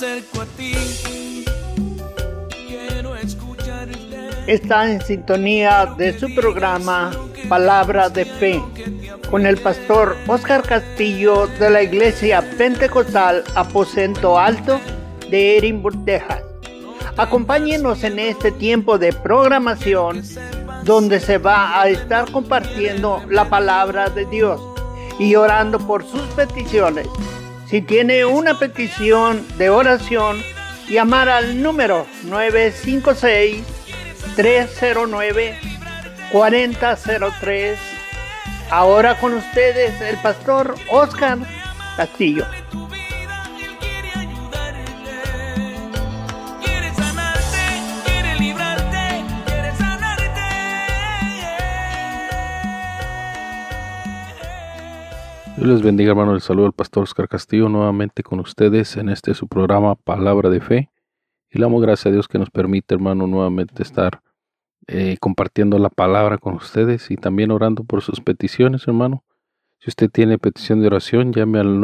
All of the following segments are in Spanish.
acerco a ti, quiero escucharte. Está en sintonía de su programa Palabra de Fe con el pastor Oscar Castillo de la Iglesia Pentecostal Aposento Alto de Edimburgo, Texas. Acompáñenos en este tiempo de programación donde se va a estar compartiendo la palabra de Dios y orando por sus peticiones. Si tiene una petición de oración, llamar al número 956-309-4003. Ahora con ustedes el pastor Oscar Castillo. Dios les bendiga, hermanos. Les saludo al pastor Oscar Castillo nuevamente con ustedes en su programa Palabra de Fe. Y le damos gracias a Dios que nos permite, hermano, nuevamente estar compartiendo la palabra con ustedes y también orando por sus peticiones, hermano. Si usted tiene petición de oración, llame al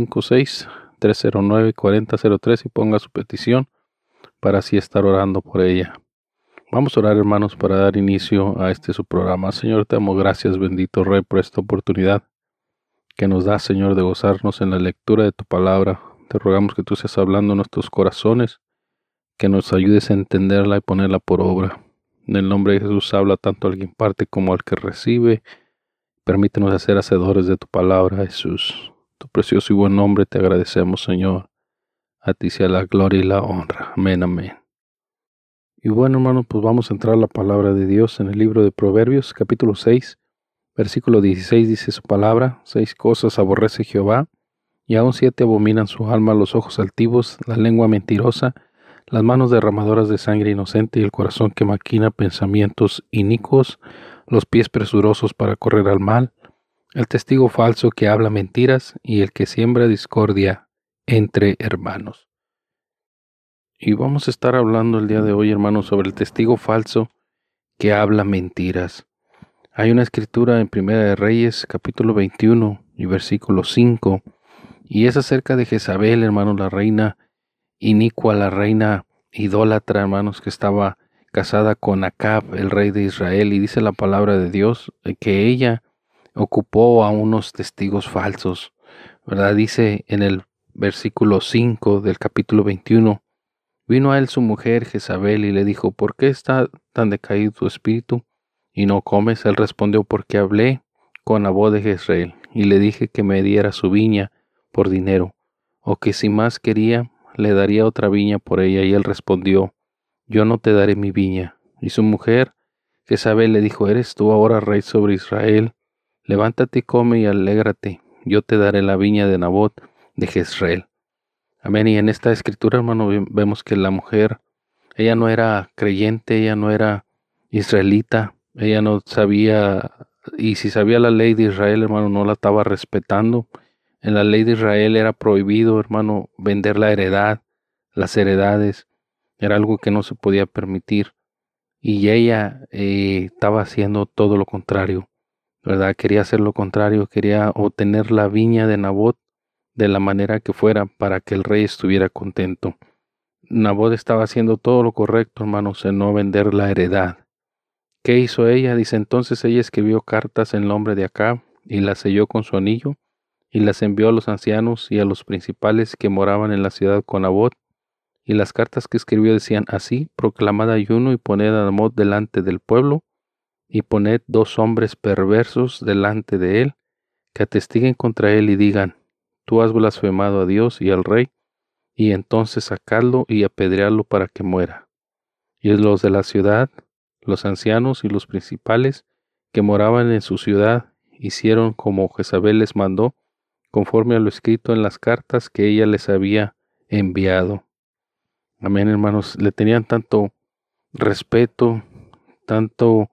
956-309-4003 y ponga su petición para así estar orando por ella. Vamos a orar, hermanos, para dar inicio a su programa. Señor, te damos gracias, bendito Rey, por esta oportunidad que nos da, Señor, de gozarnos en la lectura de tu palabra. Te rogamos que tú seas hablando en nuestros corazones, que nos ayudes a entenderla y ponerla por obra. En el nombre de Jesús, habla tanto al que imparte como al que recibe. Permítenos hacer hacedores de tu palabra, Jesús. Tu precioso y buen nombre te agradecemos, Señor. A ti sea la gloria y la honra. Amén, amén. Y bueno, hermano, pues vamos a entrar a la palabra de Dios en el libro de Proverbios, capítulo 6. Versículo 16 dice su palabra: 6 cosas aborrece Jehová, y aún 7 abominan su alma: los ojos altivos, la lengua mentirosa, las manos derramadoras de sangre inocente, y el corazón que maquina pensamientos inicuos, los pies presurosos para correr al mal, el testigo falso que habla mentiras, y el que siembra discordia entre hermanos. Y vamos a estar hablando el día de hoy, hermanos, sobre el testigo falso que habla mentiras. Hay una escritura en Primera de Reyes, capítulo 21 y versículo 5, y es acerca de Jezabel, hermanos, la reina inicua, la reina idólatra, hermanos, que estaba casada con Acab, el rey de Israel, y dice la palabra de Dios que ella ocupó a unos testigos falsos, ¿verdad? Dice en el versículo 5 del capítulo 21, vino a él su mujer Jezabel y le dijo: ¿por qué está tan decaído tu espíritu y no comes? Él respondió: porque hablé con Nabot de Jezreel y le dije que me diera su viña por dinero, o que si más quería le daría otra viña por ella. Y él respondió: yo no te daré mi viña. Y su mujer Jezabel le dijo: ¿eres tú ahora rey sobre Israel? Levántate y come y alégrate, yo te daré la viña de Nabot de Jezreel. Amén. Y en esta escritura, hermano, vemos que la mujer, ella no era creyente, ella no era israelita. Ella no sabía, y si sabía la ley de Israel, hermano, no la estaba respetando. En la ley de Israel era prohibido, hermano, vender la heredad, las heredades. Era algo que no se podía permitir. Y ella estaba haciendo todo lo contrario, ¿verdad? Quería hacer lo contrario, quería obtener la viña de Nabot de la manera que fuera para que el rey estuviera contento. Nabot estaba haciendo todo lo correcto, hermanos, en no vender la heredad. ¿Qué hizo ella? Dice: entonces ella escribió cartas en nombre de Acab y las selló con su anillo y las envió a los ancianos y a los principales que moraban en la ciudad con Nabot. Y las cartas que escribió decían así: proclamad ayuno y poned a Nabot delante del pueblo y poned 2 hombres perversos delante de él que atestiguen contra él y digan: tú has blasfemado a Dios y al rey, y entonces sacadlo y apedreadlo para que muera. Y los de la ciudad, los ancianos y los principales que moraban en su ciudad, hicieron como Jezabel les mandó, conforme a lo escrito en las cartas que ella les había enviado. Amén, hermanos. Le tenían tanto respeto, tanto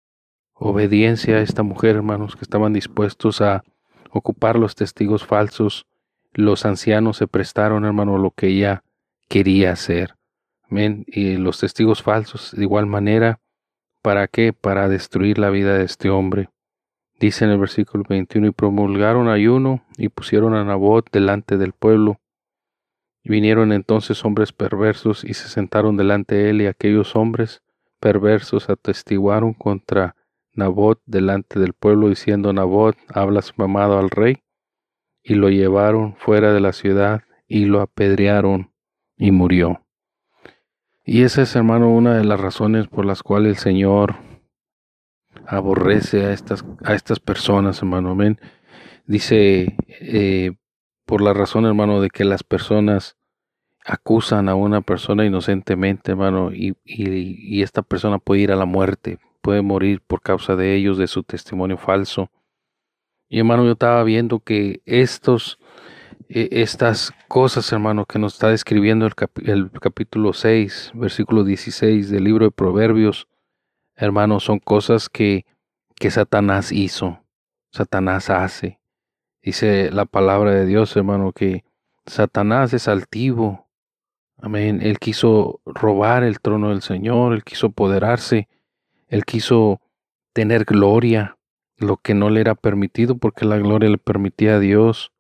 obediencia a esta mujer, hermanos, que estaban dispuestos a ocupar los testigos falsos. Los ancianos se prestaron, hermano, a lo que ella quería hacer. Amén. Y los testigos falsos, de igual manera, ¿para qué? Para destruir la vida de este hombre. Dice en el versículo 21, y promulgaron ayuno y pusieron a Nabot delante del pueblo. Y vinieron entonces hombres perversos y se sentaron delante de él, y aquellos hombres perversos atestiguaron contra Nabot delante del pueblo, diciendo: Nabot ha blasfemado al rey. Y lo llevaron fuera de la ciudad y lo apedrearon y murió. Y esa es, hermano, una de las razones por las cuales el Señor aborrece a estas personas, hermano. Amén. Dice, por la razón, hermano, de que las personas acusan a una persona inocentemente, hermano, y esta persona puede ir a la muerte, puede morir por causa de ellos, de su testimonio falso. Y, hermano, yo estaba viendo que estas cosas, hermano, que nos está describiendo el capítulo 6, versículo 16 del libro de Proverbios, hermano, son cosas que Satanás hizo, Satanás hace. Dice la palabra de Dios, hermano, que Satanás es altivo. Amén. Él quiso robar el trono del Señor, él quiso apoderarse, él quiso tener gloria, lo que no le era permitido, porque la gloria le permitía a Dios.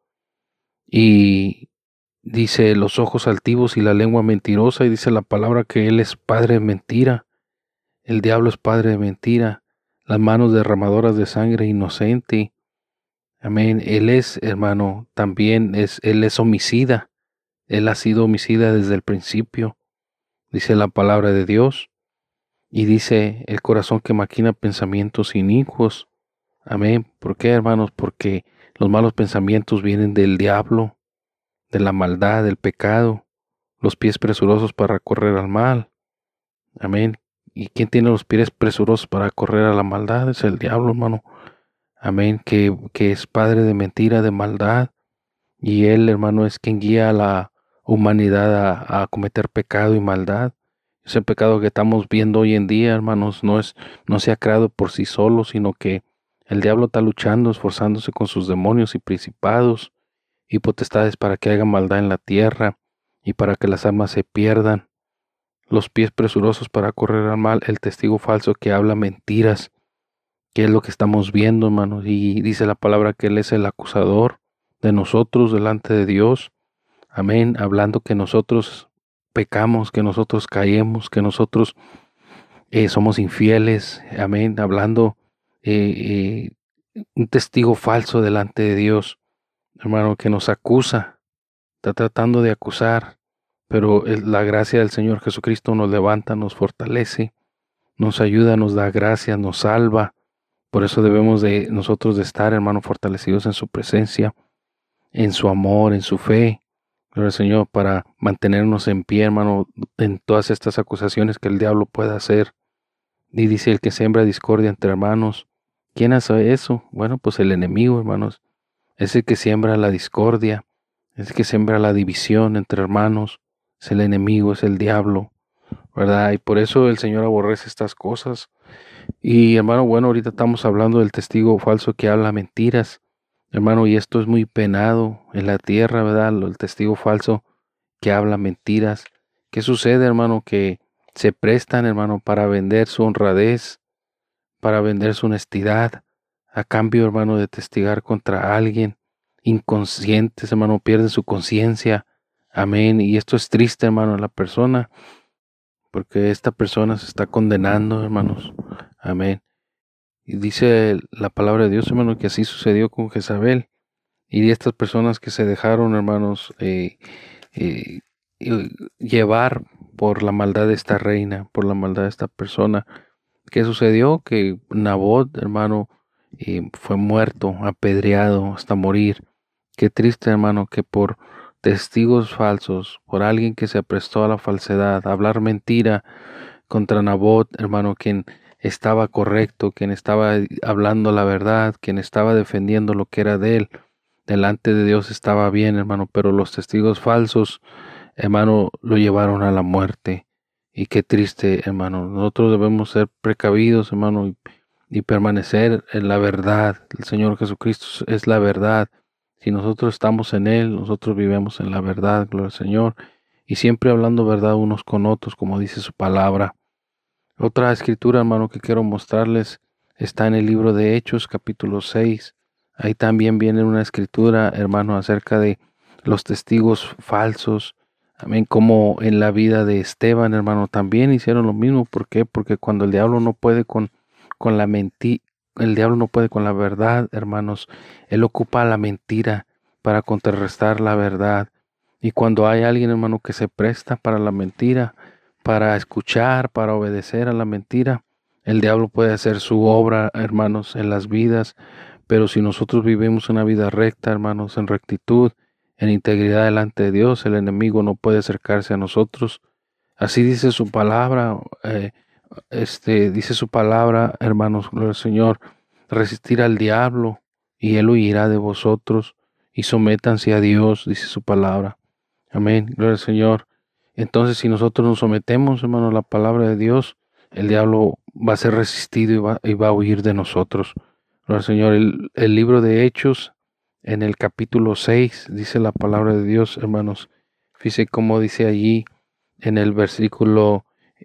Y dice los ojos altivos y la lengua mentirosa, y dice la palabra que él es padre de mentira. El diablo es padre de mentira, las manos derramadoras de sangre inocente. Amén. Él es, hermano, también él es homicida. Él ha sido homicida desde el principio, dice la palabra de Dios. Y dice el corazón que maquina pensamientos inicuos. Amén. ¿Por qué, hermanos? Porque los malos pensamientos vienen del diablo, de la maldad, del pecado, los pies presurosos para correr al mal. Amén. ¿Y quién tiene los pies presurosos para correr a la maldad? Es el diablo, hermano. Amén. Que es padre de mentira, de maldad. Y él, hermano, es quien guía a la humanidad a cometer pecado y maldad. Ese pecado que estamos viendo hoy en día, hermanos, no se ha creado por sí solo, sino que el diablo está luchando, esforzándose con sus demonios y principados y potestades para que haya maldad en la tierra y para que las almas se pierdan. Los pies presurosos para correr al mal, el testigo falso que habla mentiras, que es lo que estamos viendo, hermanos. Y dice la palabra que él es el acusador de nosotros delante de Dios. Amén. Hablando que nosotros pecamos, que nosotros caemos, que nosotros somos infieles. Amén. Hablando un testigo falso delante de Dios, hermano, que nos acusa, está tratando de acusar, pero la gracia del Señor Jesucristo nos levanta, nos fortalece, nos ayuda, nos da gracia, nos salva. Por eso debemos de nosotros de estar, hermano, fortalecidos en su presencia, en su amor, en su fe. Gloria al Señor, para mantenernos en pie, hermano, en todas estas acusaciones que el diablo pueda hacer. Y dice: el que siembra discordia entre hermanos. ¿Quién hace eso? Bueno, pues el enemigo, hermanos. Es el que siembra la discordia, es el que siembra la división entre hermanos. Es el enemigo, es el diablo, ¿verdad? Y por eso el Señor aborrece estas cosas. Y, hermano, bueno, ahorita estamos hablando del testigo falso que habla mentiras, hermano, y esto es muy penado en la tierra, ¿verdad? El testigo falso que habla mentiras. ¿Qué sucede, hermano? Que se prestan, hermano, para vender su honradez, para vender su honestidad, a cambio, hermano, de testigar contra alguien. Inconscientes, hermano, pierden su conciencia. Amén. Y esto es triste, hermano, en la persona, porque esta persona se está condenando, hermanos. Amén. Y dice la palabra de Dios, hermano, que así sucedió con Jezabel. Y estas personas que se dejaron, hermanos, llevar por la maldad de esta reina, por la maldad de esta persona. ¿Qué sucedió? Que Nabot, hermano, fue muerto, apedreado hasta morir. Qué triste, hermano, que por testigos falsos, por alguien que se aprestó a la falsedad, a hablar mentira contra Nabot, hermano, quien estaba correcto, quien estaba hablando la verdad, quien estaba defendiendo lo que era de él, delante de Dios estaba bien, hermano, pero los testigos falsos, hermano, lo llevaron a la muerte. Y qué triste, hermano. Nosotros debemos ser precavidos, hermano, y permanecer en la verdad. El Señor Jesucristo es la verdad. Si nosotros estamos en Él, nosotros vivimos en la verdad, gloria al Señor, y siempre hablando verdad unos con otros, como dice su palabra. Otra escritura, hermano, que quiero mostrarles está en el libro de Hechos, capítulo 6. Ahí también viene una escritura, hermano, acerca de los testigos falsos, Amén, como en la vida de Esteban, hermano, también hicieron lo mismo. ¿Por qué? Porque cuando el diablo no puede con la mentira, el diablo no puede con la verdad, hermanos, él ocupa la mentira para contrarrestar la verdad. Y cuando hay alguien, hermano, que se presta para la mentira, para escuchar, para obedecer a la mentira, el diablo puede hacer su obra, hermanos, en las vidas. Pero si nosotros vivimos una vida recta, hermanos, en rectitud, en integridad delante de Dios, el enemigo no puede acercarse a nosotros. Así dice su palabra, dice su palabra, hermanos, gloria al Señor, resistir al diablo y él huirá de vosotros, y sométanse a Dios, dice su palabra. Amén, gloria al Señor. Entonces, si nosotros nos sometemos, hermanos, a la palabra de Dios, el diablo va a ser resistido y va a huir de nosotros. Gloria al Señor. El libro de Hechos, en el capítulo 6, dice la palabra de Dios, hermanos. Fíjese cómo dice allí en el versículo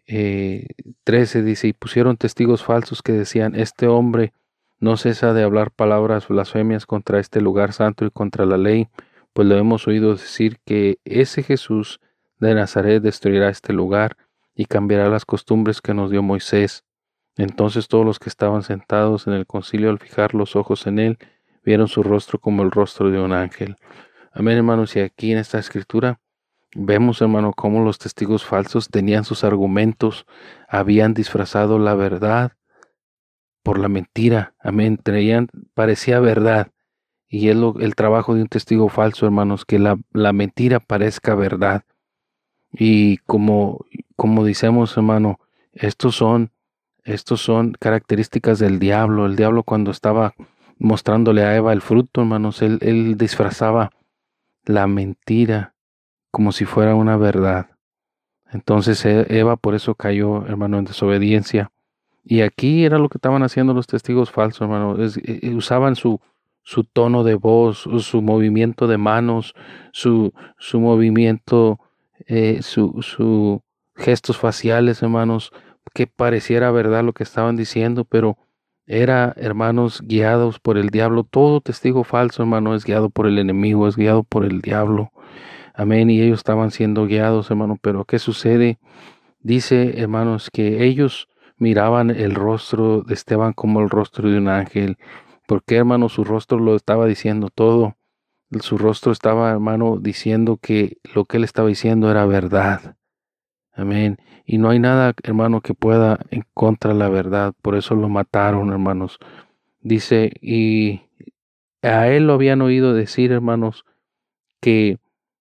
13, dice, y pusieron testigos falsos que decían, este hombre no cesa de hablar palabras blasfemias contra este lugar santo y contra la ley, pues lo hemos oído decir que ese Jesús de Nazaret destruirá este lugar y cambiará las costumbres que nos dio Moisés. Entonces todos los que estaban sentados en el concilio, al fijar los ojos en él, vieron su rostro como el rostro de un ángel. Amén, hermanos, y aquí en esta escritura vemos, hermano, cómo los testigos falsos tenían sus argumentos, habían disfrazado la verdad por la mentira. Amén, parecía verdad. Y es el trabajo de un testigo falso, hermanos, que la mentira parezca verdad. Y como decimos, hermano, estos son características del diablo. El diablo, cuando estaba mostrándole a Eva el fruto, hermanos, él disfrazaba la mentira como si fuera una verdad. Entonces Eva por eso cayó, hermano, en desobediencia. Y aquí era lo que estaban haciendo los testigos falsos, hermano. Usaban su tono de voz, su movimiento de manos, su movimiento, sus gestos faciales, hermanos, que pareciera verdad lo que estaban diciendo, pero era, hermanos, guiados por el diablo. Todo testigo falso, hermano, es guiado por el enemigo, es guiado por el diablo. Amén. Y ellos estaban siendo guiados, hermano. Pero ¿qué sucede? Dice, hermanos, que ellos miraban el rostro de Esteban como el rostro de un ángel. Porque, hermano, su rostro lo estaba diciendo todo. Su rostro estaba, hermano, diciendo que lo que él estaba diciendo era verdad. Amén. Y no hay nada, hermano, que pueda en contra de la verdad. Por eso lo mataron, hermanos. Dice, y a él lo habían oído decir, hermanos, que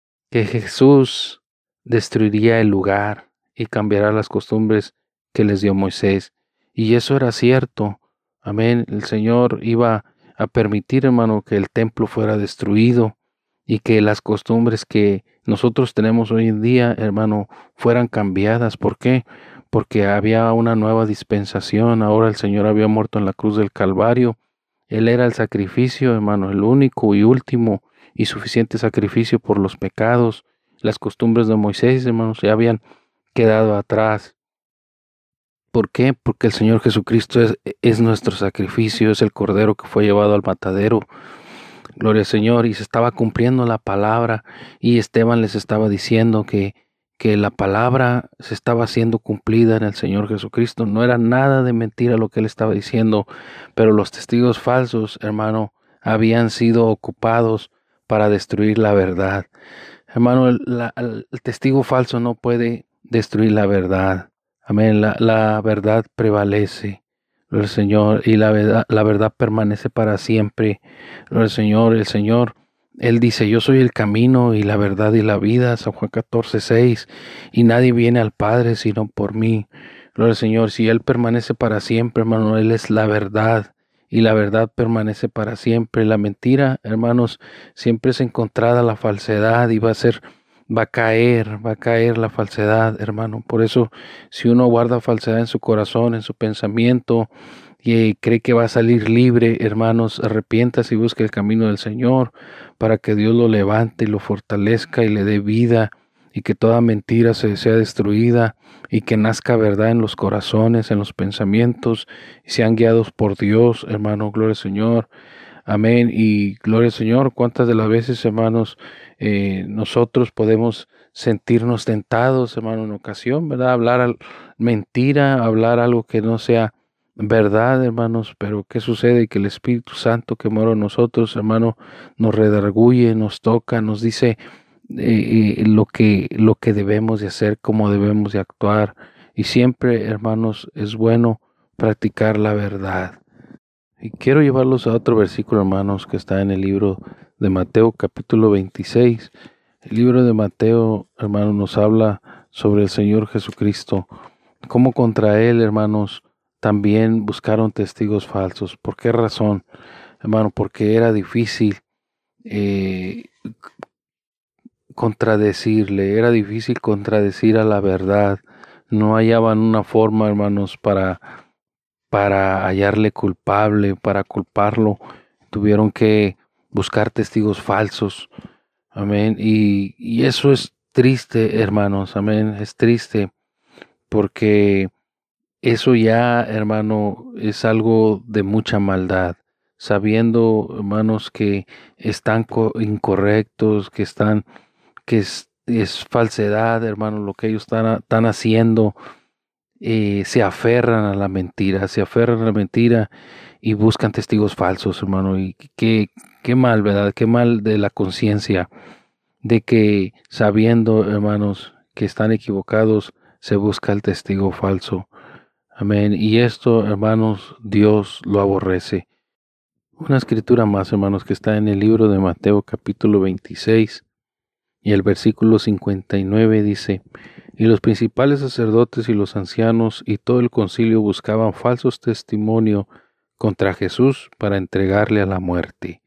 Jesús destruiría el lugar y cambiará las costumbres que les dio Moisés. Y eso era cierto. Amén. El Señor iba a permitir, hermano, que el templo fuera destruido y que las costumbres que nosotros tenemos hoy en día, hermano, fueran cambiadas. ¿Por qué? Porque había una nueva dispensación. Ahora el Señor había muerto en la cruz del Calvario. Él era el sacrificio, hermano, el único y último y suficiente sacrificio por los pecados. Las costumbres de Moisés, hermanos, ya habían quedado atrás. ¿Por qué? Porque el Señor Jesucristo es nuestro sacrificio, es el Cordero que fue llevado al matadero. Gloria al Señor, y se estaba cumpliendo la palabra, y Esteban les estaba diciendo que la palabra se estaba siendo cumplida en el Señor Jesucristo. No era nada de mentira lo que él estaba diciendo, pero los testigos falsos, hermano, habían sido ocupados para destruir la verdad. Hermano, el testigo falso no puede destruir la verdad. Amén, la verdad prevalece. Gloria al Señor, y la verdad permanece para siempre. Gloria al Señor, el Señor, Él dice, yo soy el camino y la verdad y la vida, San Juan 14:6, y nadie viene al Padre sino por mí. Gloria al Señor, si Él permanece para siempre, hermano, Él es la verdad, y la verdad permanece para siempre. La mentira, hermanos, siempre es encontrada la falsedad y va a caer la falsedad, hermano. Por eso, si uno guarda falsedad en su corazón, en su pensamiento, y cree que va a salir libre, hermanos, arrepiéntase y busque el camino del Señor para que Dios lo levante y lo fortalezca y le dé vida, y que toda mentira sea destruida y que nazca verdad en los corazones, en los pensamientos, y sean guiados por Dios, hermano. Gloria al Señor. Amén. Y gloria al Señor, cuántas de las veces, hermanos, nosotros podemos sentirnos tentados, hermano, en ocasión, ¿verdad? Hablar mentira, hablar algo que no sea verdad, hermanos, pero ¿qué sucede? Que el Espíritu Santo que mora en nosotros, hermano, nos redarguye, nos toca, nos dice lo que debemos de hacer, cómo debemos de actuar. Y siempre, hermanos, es bueno practicar la verdad. Y quiero llevarlos a otro versículo, hermanos, que está en el libro de Mateo, capítulo 26. El libro de Mateo, hermanos, nos habla sobre el Señor Jesucristo. Cómo contra Él, hermanos, también buscaron testigos falsos. ¿Por qué razón, hermano? Porque era difícil contradecirle, era difícil contradecir a la verdad. No hallaban una forma, hermanos, para hallarle culpable, para culparlo. Tuvieron que buscar testigos falsos. Amén. Y eso es triste, hermanos. Amén. Es triste porque eso ya, hermano, es algo de mucha maldad. Sabiendo, hermanos, que están incorrectos, que es falsedad, hermano, lo que ellos están haciendo. Se aferran a la mentira y buscan testigos falsos, hermano. Y qué mal, ¿verdad? Qué mal de la conciencia de que sabiendo, hermanos, que están equivocados, se busca el testigo falso. Amén. Y esto, hermanos, Dios lo aborrece. Una escritura más, hermanos, que está en el libro de Mateo capítulo 26 y el versículo 59 dice: y los principales sacerdotes y los ancianos y todo el concilio buscaban falsos testimonios contra Jesús para entregarle a la muerte.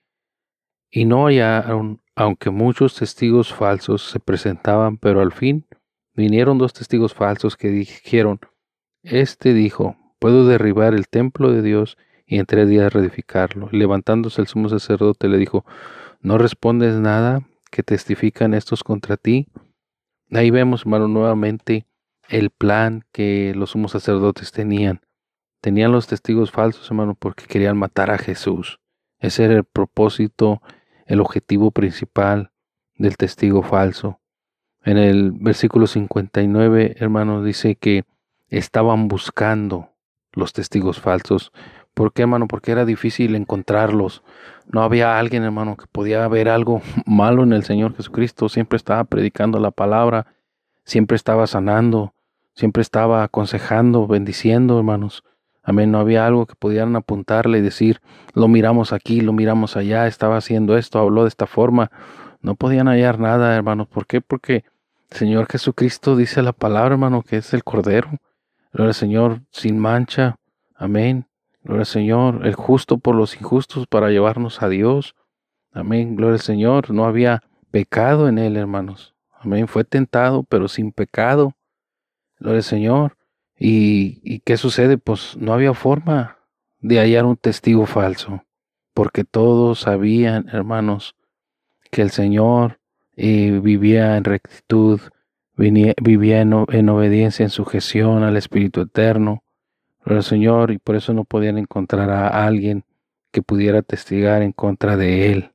Y no hallaron, aunque muchos testigos falsos se presentaban, pero al fin vinieron 2 testigos falsos que dijeron: este dijo, puedo derribar el templo de Dios y en 3 días reedificarlo. Y levantándose el sumo sacerdote le dijo: ¿no respondes nada que testifican estos contra ti? Ahí vemos, hermano, nuevamente el plan que los sumos sacerdotes tenían. Tenían los testigos falsos, hermano, porque querían matar a Jesús. Ese era el propósito, el objetivo principal del testigo falso. En el versículo 59, hermano, dice que estaban buscando los testigos falsos. ¿Por qué, hermano? Porque era difícil encontrarlos. No había alguien, hermano, que podía ver algo malo en el Señor Jesucristo. Siempre estaba predicando la palabra, siempre estaba sanando, siempre estaba aconsejando, bendiciendo, hermanos. Amén. No había algo que pudieran apuntarle y decir: lo miramos aquí, lo miramos allá, estaba haciendo esto, habló de esta forma. No podían hallar nada, hermanos. ¿Por qué? Porque el Señor Jesucristo dice la palabra, hermano, que es el Cordero. Gloria al Señor, sin mancha. Amén. Gloria al Señor, el justo por los injustos para llevarnos a Dios. Amén. Gloria al Señor. No había pecado en él, hermanos. Amén. Fue tentado, pero sin pecado. Gloria al Señor. ¿Y qué sucede? Pues no había forma de hallar un testigo falso, porque todos sabían, hermanos, que el Señor vivía en rectitud, vivía en obediencia, en sujeción al Espíritu Eterno. Gloria al Señor, y por eso no podían encontrar a alguien que pudiera testigar en contra de él.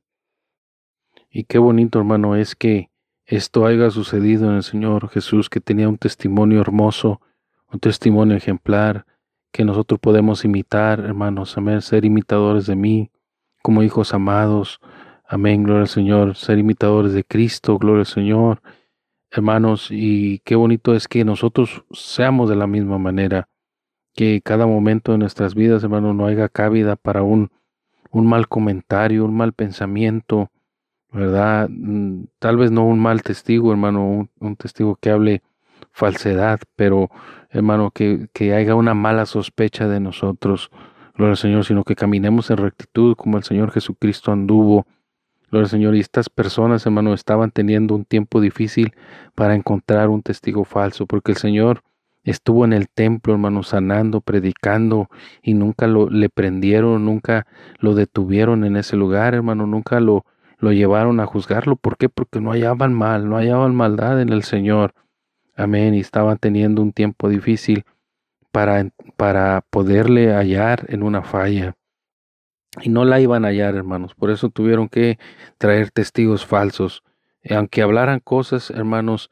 Y qué bonito, hermano, es que esto haya sucedido en el Señor Jesús, que tenía un testimonio hermoso, un testimonio ejemplar, que nosotros podemos imitar, hermanos, amén, ser imitadores de mí, como hijos amados, amén, gloria al Señor, ser imitadores de Cristo, gloria al Señor, hermanos, y qué bonito es que nosotros seamos de la misma manera, que cada momento de nuestras vidas, hermano, no haya cabida para un mal comentario, un mal pensamiento, ¿verdad? Tal vez no un mal testigo, hermano, un testigo que hable falsedad, pero, hermano, que haya una mala sospecha de nosotros, gloria al Señor, sino que caminemos en rectitud como el Señor Jesucristo anduvo, gloria al Señor. Y estas personas, hermano, estaban teniendo un tiempo difícil para encontrar un testigo falso, porque el Señor estuvo en el templo, hermano, sanando, predicando, y nunca le prendieron, nunca lo detuvieron en ese lugar, hermano, nunca lo llevaron a juzgarlo. ¿Por qué? Porque no hallaban mal, no hallaban maldad en el Señor. Amén. Y estaban teniendo un tiempo difícil para poderle hallar en una falla. y no la iban a hallar, hermanos. Por eso tuvieron que traer testigos falsos, aunque hablaran cosas, hermanos,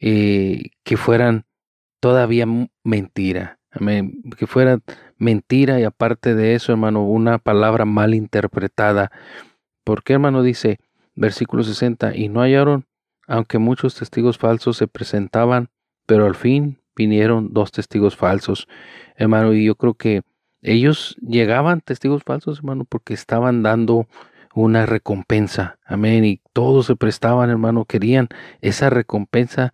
que fueran todavía mentira. Amén. Que fuera mentira y aparte de eso, hermano, una palabra mal interpretada. Porque, hermano, dice, versículo 60, y no hallaron, aunque muchos testigos falsos se presentaban, pero al fin vinieron 2 testigos falsos, hermano, y yo creo que ellos llegaban testigos falsos, hermano, porque estaban dando una recompensa, amén, y todos se prestaban, hermano, querían esa recompensa,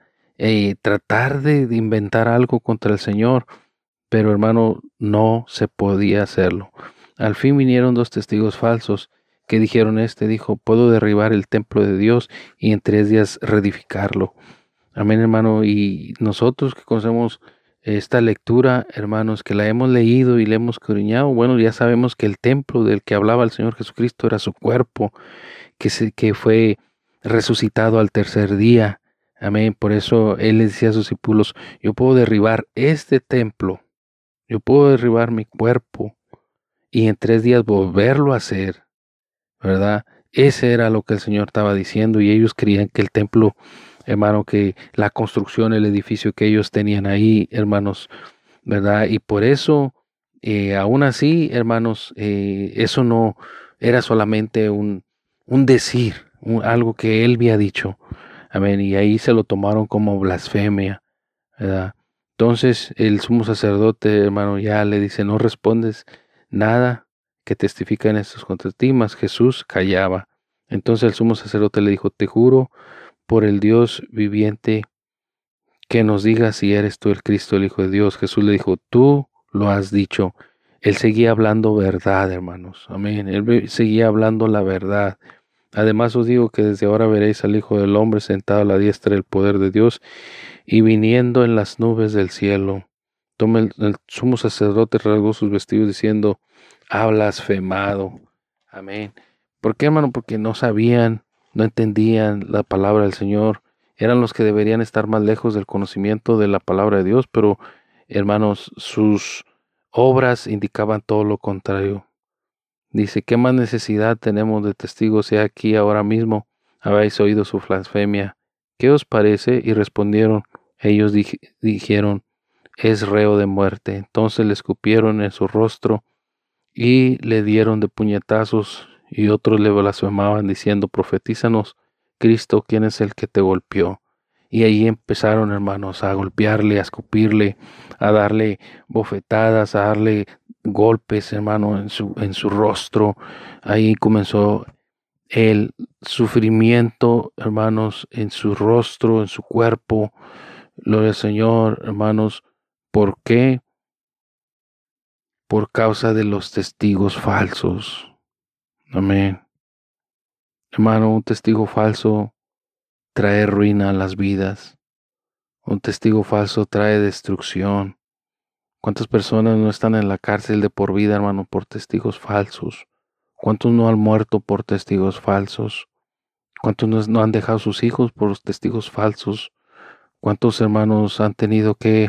tratar de inventar algo contra el Señor, pero, hermano, no se podía hacerlo. Al fin vinieron 2 testigos falsos, que dijeron, dijo, puedo derribar el templo de Dios y en 3 días reedificarlo. Amén, hermano, y nosotros que conocemos esta lectura, hermanos, que la hemos leído y le hemos escudriñado, bueno, ya sabemos que el templo del que hablaba el Señor Jesucristo era su cuerpo, que fue resucitado al 3er día. Amén, por eso Él le decía a sus discípulos, yo puedo derribar este templo, yo puedo derribar mi cuerpo y en 3 días volverlo a hacer, ¿verdad? Ese era lo que el Señor estaba diciendo y ellos creían que el templo, hermano, que la construcción, el edificio que ellos tenían ahí, hermanos, ¿verdad? Y por eso, aún así, hermanos, eso no era solamente un decir, algo que él había dicho, amén, y ahí se lo tomaron como blasfemia, ¿verdad? Entonces el sumo sacerdote, hermano, ya le dice, no respondes nada que testifica en estos contra ti, mas Jesús callaba. Entonces el sumo sacerdote le dijo, te juro por el Dios viviente que nos digas si eres tú el Cristo, el Hijo de Dios. Jesús le dijo, tú lo has dicho. Él seguía hablando verdad, hermanos. Amén. Él seguía hablando la verdad. Además os digo que desde ahora veréis al Hijo del Hombre sentado a la diestra del poder de Dios y viniendo en las nubes del cielo. El sumo sacerdote rasgó sus vestidos diciendo, ha blasfemado. Amén. ¿Por qué, hermano? Porque no sabían, no entendían la palabra del Señor. Eran los que deberían estar más lejos del conocimiento de la palabra de Dios, pero, hermanos, sus obras indicaban todo lo contrario. Dice, ¿qué más necesidad tenemos de testigos? Sea aquí ahora mismo, habéis oído su blasfemia. ¿Qué os parece? Y respondieron, ellos dijeron, es reo de muerte. Entonces le escupieron en su rostro y le dieron de puñetazos, y otros le blasfemaban diciendo, profetízanos, Cristo, ¿quién es el que te golpeó? Y ahí empezaron, hermanos, a golpearle, a escupirle, a darle bofetadas, a darle golpes, hermano, en su rostro. Ahí comenzó el sufrimiento, hermanos, en su rostro, en su cuerpo. Gloria al Señor, hermanos. ¿Por qué? Por causa de los testigos falsos. Amén. Hermano, un testigo falso trae ruina a las vidas. Un testigo falso trae destrucción. ¿Cuántas personas no están en la cárcel de por vida, hermano, por testigos falsos? ¿Cuántos no han muerto por testigos falsos? ¿Cuántos no han dejado sus hijos por testigos falsos? ¿Cuántos hermanos han tenido que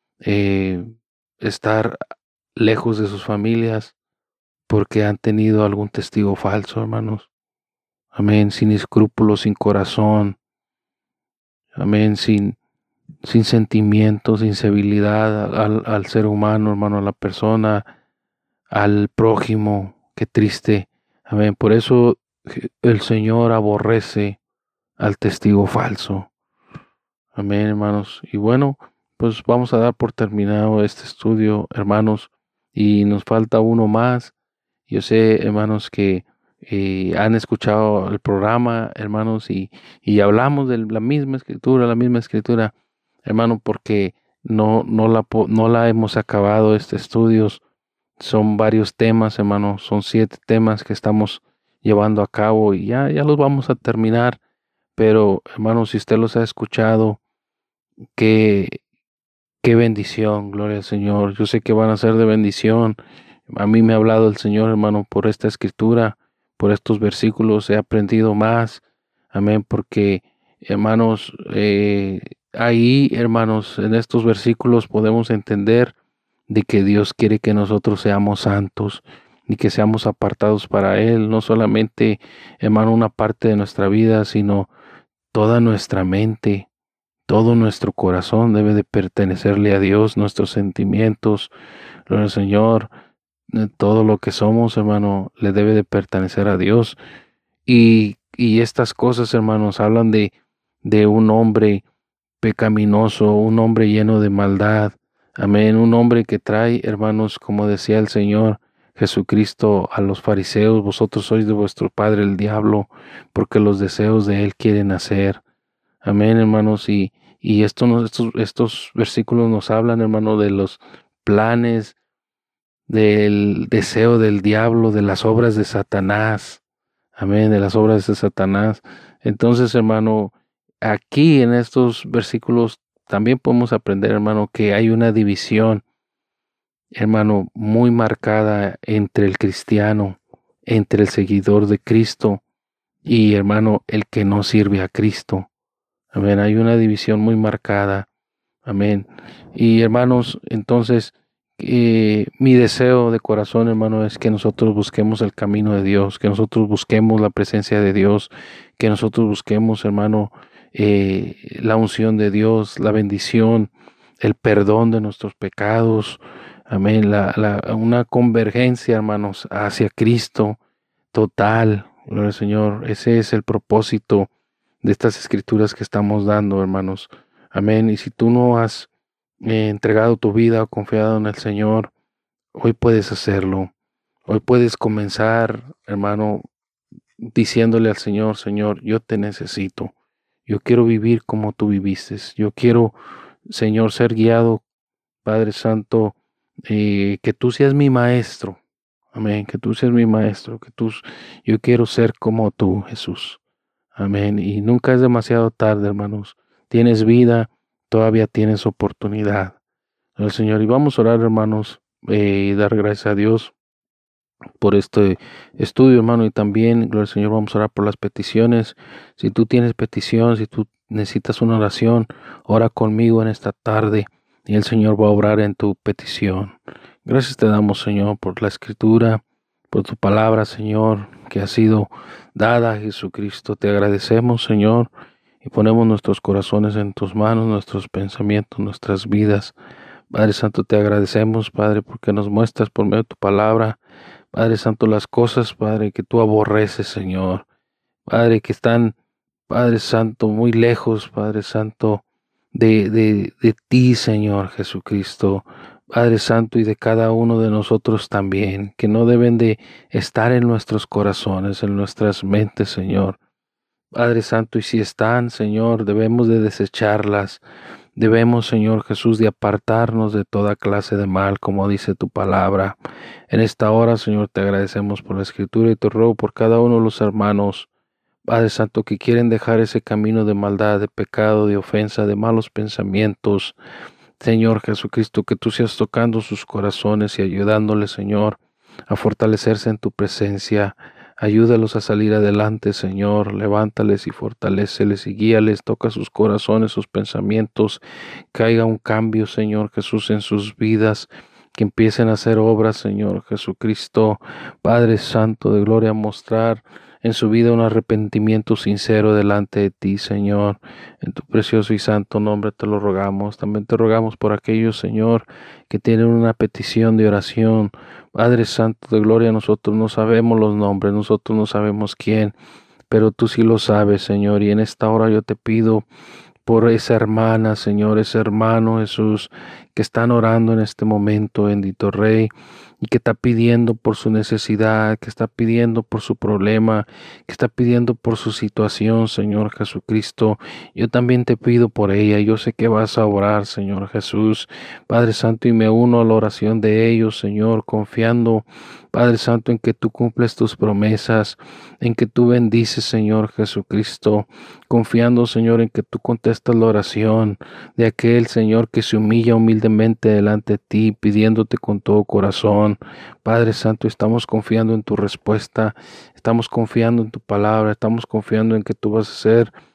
estar lejos de sus familias porque han tenido algún testigo falso, hermanos? Amén, sin escrúpulos, sin corazón. Amén, sin sentimientos, sin sensibilidad al ser humano, hermano, a la persona, al prójimo. Qué triste. Amén, por eso el Señor aborrece al testigo falso. Amén, hermanos. Y bueno, pues vamos a dar por terminado este estudio, hermanos, y nos falta uno más. Yo sé, hermanos, que han escuchado el programa, hermanos, y hablamos de la misma escritura, hermano, porque no la hemos acabado estudios. Son varios temas, hermano, son 7 temas que estamos llevando a cabo y ya los vamos a terminar. Pero, hermano, si usted los ha escuchado, qué bendición, gloria al Señor. Yo sé que van a ser de bendición. A mí me ha hablado el Señor, hermano, por esta escritura, por estos versículos. He aprendido más. Amén, porque, hermanos, ahí, hermanos, en estos versículos podemos entender de que Dios quiere que nosotros seamos santos, ni que seamos apartados para Él, no solamente, hermano, una parte de nuestra vida, sino toda nuestra mente, todo nuestro corazón debe de pertenecerle a Dios, nuestros sentimientos, gloria al Señor, todo lo que somos, hermano, le debe de pertenecer a Dios. Y estas cosas, hermanos, hablan de un hombre pecaminoso, un hombre lleno de maldad. Amén. Un hombre que trae, hermanos, como decía el Señor Jesucristo a los fariseos, vosotros sois de vuestro padre el diablo, porque los deseos de él quieren hacer. Amén, hermanos. Y estos versículos nos hablan, hermano, de los planes, del deseo del diablo, de las obras de Satanás. Amén, de las obras de Satanás. Entonces, hermano, aquí en estos versículos también podemos aprender, hermano, que hay una división, hermano, muy marcada entre el cristiano, entre el seguidor de Cristo y, hermano, el que no sirve a Cristo. Amén, hay una división muy marcada. Amén. Y, hermanos, entonces, mi deseo de corazón, hermano, es que nosotros busquemos el camino de Dios, que nosotros busquemos la presencia de Dios, que nosotros busquemos, hermano, la unción de Dios, la bendición, el perdón de nuestros pecados. Amén. Una convergencia, hermanos, hacia Cristo total. Gloria al Señor. Ese es el propósito de estas escrituras que estamos dando, hermanos. Amén. Y si tú no has entregado tu vida o confiado en el Señor, hoy puedes hacerlo. Hoy puedes comenzar, hermano, diciéndole al Señor, Señor, yo te necesito. Yo quiero vivir como tú viviste. Yo quiero, Señor, ser guiado, Padre Santo, que tú seas mi maestro. Amén, que tú seas mi maestro, yo quiero ser como tú, Jesús. Amén. Y nunca es demasiado tarde, hermanos. Tienes vida, todavía tienes oportunidad. El Señor, y vamos a orar, hermanos, y dar gracias a Dios por este estudio, hermano, y también, gloria al Señor, vamos a orar por las peticiones. Si tú tienes petición, si tú necesitas una oración, ora conmigo en esta tarde y el Señor va a obrar en tu petición. Gracias te damos, Señor, por la escritura, por tu palabra, Señor, que ha sido dada a Jesucristo. Te agradecemos, Señor, y ponemos nuestros corazones en tus manos, nuestros pensamientos, nuestras vidas. Padre Santo, te agradecemos, Padre, porque nos muestras por medio de tu palabra, Padre Santo, las cosas, Padre, que tú aborreces, Señor. Padre, que están, Padre Santo, muy lejos, Padre Santo, de ti, Señor Jesucristo. Padre Santo, y de cada uno de nosotros también, que no deben de estar en nuestros corazones, en nuestras mentes, Señor. Padre Santo, y si están, Señor, debemos de desecharlas. Debemos, Señor Jesús, de apartarnos de toda clase de mal, como dice tu palabra. En esta hora, Señor, te agradecemos por la escritura y te ruego por cada uno de los hermanos, Padre Santo, que quieren dejar ese camino de maldad, de pecado, de ofensa, de malos pensamientos. Señor Jesucristo, que tú seas tocando sus corazones y ayudándoles, Señor, a fortalecerse en tu presencia. Ayúdalos a salir adelante, Señor. Levántales y fortaléceles y guíales. Toca sus corazones, sus pensamientos. Que haya un cambio, Señor Jesús, en sus vidas. Que empiecen a hacer obras, Señor Jesucristo. Padre Santo de gloria, mostrar en su vida un arrepentimiento sincero delante de ti, Señor. En tu precioso y santo nombre te lo rogamos. También te rogamos por aquellos, Señor, que tienen una petición de oración. Padre Santo de gloria, nosotros no sabemos los nombres, nosotros no sabemos quién, pero tú sí lo sabes, Señor. Y en esta hora yo te pido por esa hermana, Señor, ese hermano Jesús, que están orando en este momento, bendito Rey, y que está pidiendo por su necesidad, que está pidiendo por su problema, que está pidiendo por su situación, Señor Jesucristo. Yo también te pido por ella. Yo sé que vas a orar, Señor Jesús, Padre Santo, y me uno a la oración de ellos, Señor, confiando, Padre Santo, en que tú cumples tus promesas, en que tú bendices, Señor Jesucristo, confiando, Señor, en que tú contestas la oración de aquel, Señor, que se humilla humildemente delante de ti, pidiéndote con todo corazón. Padre Santo, estamos confiando en tu respuesta, estamos confiando en tu palabra, estamos confiando en que tú vas a hacer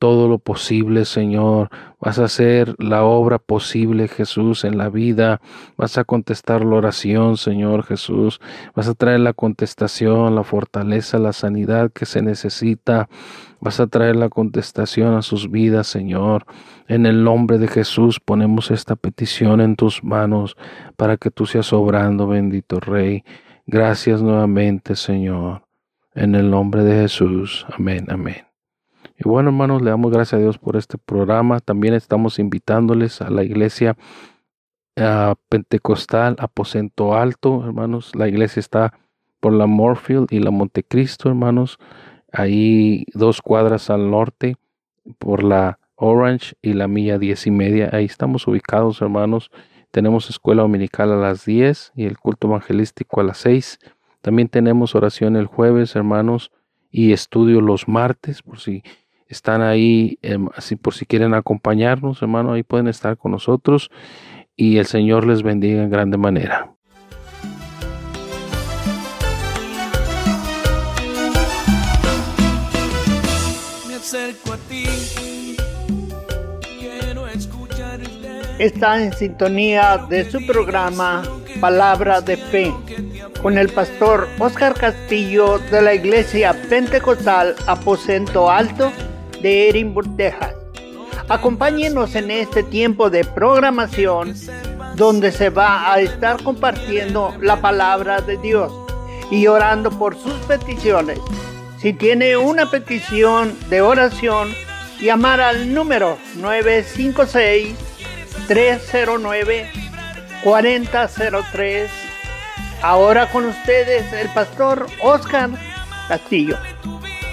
todo lo posible, Señor. Vas a hacer la obra posible, Jesús, en la vida. Vas a contestar la oración, Señor Jesús. Vas a traer la contestación, la fortaleza, la sanidad que se necesita. Vas a traer la contestación a sus vidas, Señor. En el nombre de Jesús ponemos esta petición en tus manos para que tú seas obrando, bendito Rey. Gracias nuevamente, Señor. En el nombre de Jesús. Amén, amén. Y bueno, hermanos, le damos gracias a Dios por este programa. También estamos invitándoles a la iglesia pentecostal Aposento Alto, hermanos. La iglesia está por la Moorfield y la Montecristo, hermanos. Ahí 2 cuadras al norte por la Orange y la milla 10:30. Ahí estamos ubicados, hermanos. Tenemos escuela dominical a las 10 y el culto evangelístico a las 6. También tenemos oración el jueves, hermanos, y estudio los martes, por si están ahí, así por si quieren acompañarnos, hermano, ahí pueden estar con nosotros y el Señor les bendiga en grande manera. Me acerco a ti, quiero escucharte. Está en sintonía de su programa Palabra de Fe con el pastor Óscar Castillo de la Iglesia Pentecostal Aposento Alto de Edinburgh, Texas. Acompáñenos en este tiempo de programación donde se va a estar compartiendo la palabra de Dios y orando por sus peticiones. Si tiene una petición de oración, llamar al número 956-309-4003. Ahora con ustedes el pastor Óscar Castillo.